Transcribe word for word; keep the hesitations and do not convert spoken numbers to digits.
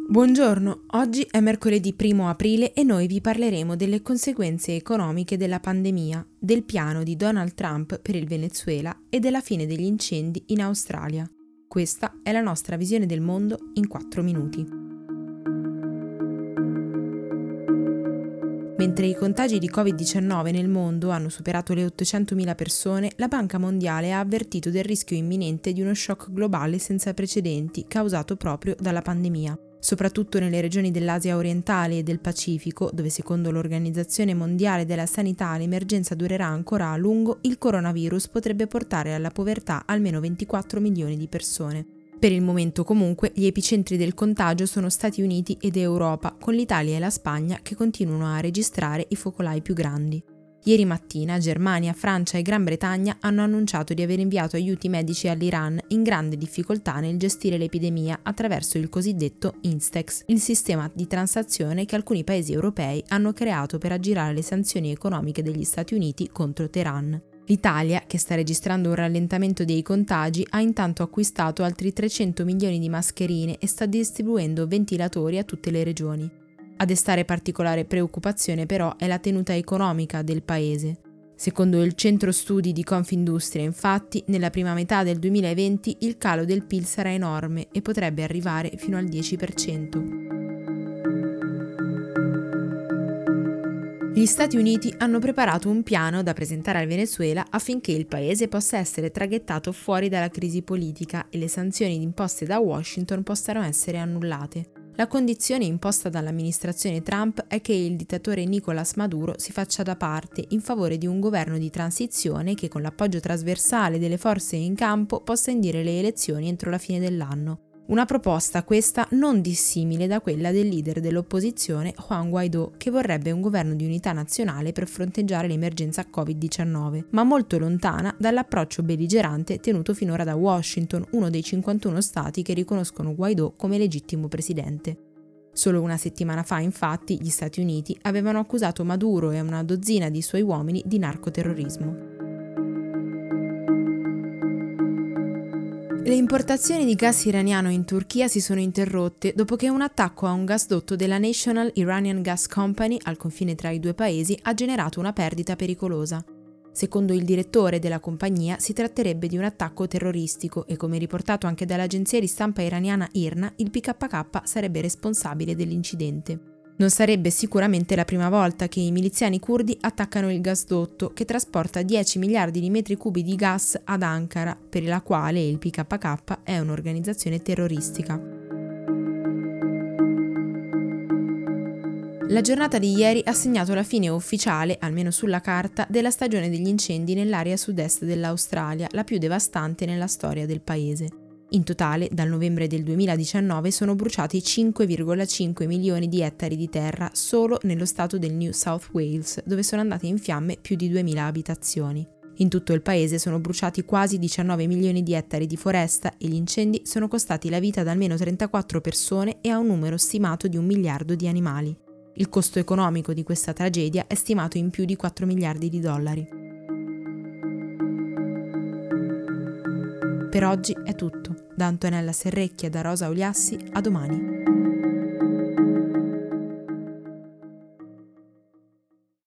Buongiorno, oggi è mercoledì primo aprile e noi vi parleremo delle conseguenze economiche della pandemia, del piano di Donald Trump per il Venezuela e della fine degli incendi in Australia. Questa è la nostra visione del mondo in quattro minuti. Mentre i contagi di covid diciannove nel mondo hanno superato le ottocentomila persone, la Banca Mondiale ha avvertito del rischio imminente di uno shock globale senza precedenti causato proprio dalla pandemia. Soprattutto nelle regioni dell'Asia orientale e del Pacifico, dove secondo l'Organizzazione Mondiale della Sanità l'emergenza durerà ancora a lungo, il coronavirus potrebbe portare alla povertà almeno ventiquattro milioni di persone. Per il momento comunque gli epicentri del contagio sono Stati Uniti ed Europa, con l'Italia e la Spagna che continuano a registrare i focolai più grandi. Ieri mattina Germania, Francia e Gran Bretagna hanno annunciato di aver inviato aiuti medici all'Iran in grande difficoltà nel gestire l'epidemia attraverso il cosiddetto Instex, il sistema di transazione che alcuni paesi europei hanno creato per aggirare le sanzioni economiche degli Stati Uniti contro Teheran. L'Italia, che sta registrando un rallentamento dei contagi, ha intanto acquistato altri trecento milioni di mascherine e sta distribuendo ventilatori a tutte le regioni. A destare particolare preoccupazione però è la tenuta economica del paese. Secondo il centro studi di Confindustria, infatti, nella prima metà del duemilaventi il calo del P I L sarà enorme e potrebbe arrivare fino al dieci per cento. Gli Stati Uniti hanno preparato un piano da presentare al Venezuela affinché il paese possa essere traghettato fuori dalla crisi politica e le sanzioni imposte da Washington possano essere annullate. La condizione imposta dall'amministrazione Trump è che il dittatore Nicolás Maduro si faccia da parte in favore di un governo di transizione che con l'appoggio trasversale delle forze in campo possa indire le elezioni entro la fine dell'anno. Una proposta questa non dissimile da quella del leader dell'opposizione Juan Guaidó, che vorrebbe un governo di unità nazionale per fronteggiare l'emergenza covid diciannove, ma molto lontana dall'approccio belligerante tenuto finora da Washington, uno dei cinquantuno stati che riconoscono Guaidó come legittimo presidente. Solo una settimana fa, infatti, gli Stati Uniti avevano accusato Maduro e una dozzina di suoi uomini di narcoterrorismo. Le importazioni di gas iraniano in Turchia si sono interrotte dopo che un attacco a un gasdotto della National Iranian Gas Company al confine tra i due paesi ha generato una perdita pericolosa. Secondo il direttore della compagnia si tratterebbe di un attacco terroristico e, come riportato anche dall'agenzia di stampa iraniana I R N A, il P K K sarebbe responsabile dell'incidente. Non sarebbe sicuramente la prima volta che i miliziani curdi attaccano il gasdotto che trasporta dieci miliardi di metri cubi di gas ad Ankara, per la quale il P K K è un'organizzazione terroristica. La giornata di ieri ha segnato la fine ufficiale, almeno sulla carta, della stagione degli incendi nell'area sud-est dell'Australia, la più devastante nella storia del paese. In totale, dal novembre del duemiladiciannove sono bruciati cinque virgola cinque milioni di ettari di terra solo nello stato del New South Wales, dove sono andate in fiamme più di duemila abitazioni. In tutto il paese sono bruciati quasi diciannove milioni di ettari di foresta e gli incendi sono costati la vita ad almeno trentaquattro persone e a un numero stimato di un miliardo di animali. Il costo economico di questa tragedia è stimato in più di quattro miliardi di dollari. Per oggi è tutto. Da Antonella Serrecchia e da Rosa Uliassi, a domani.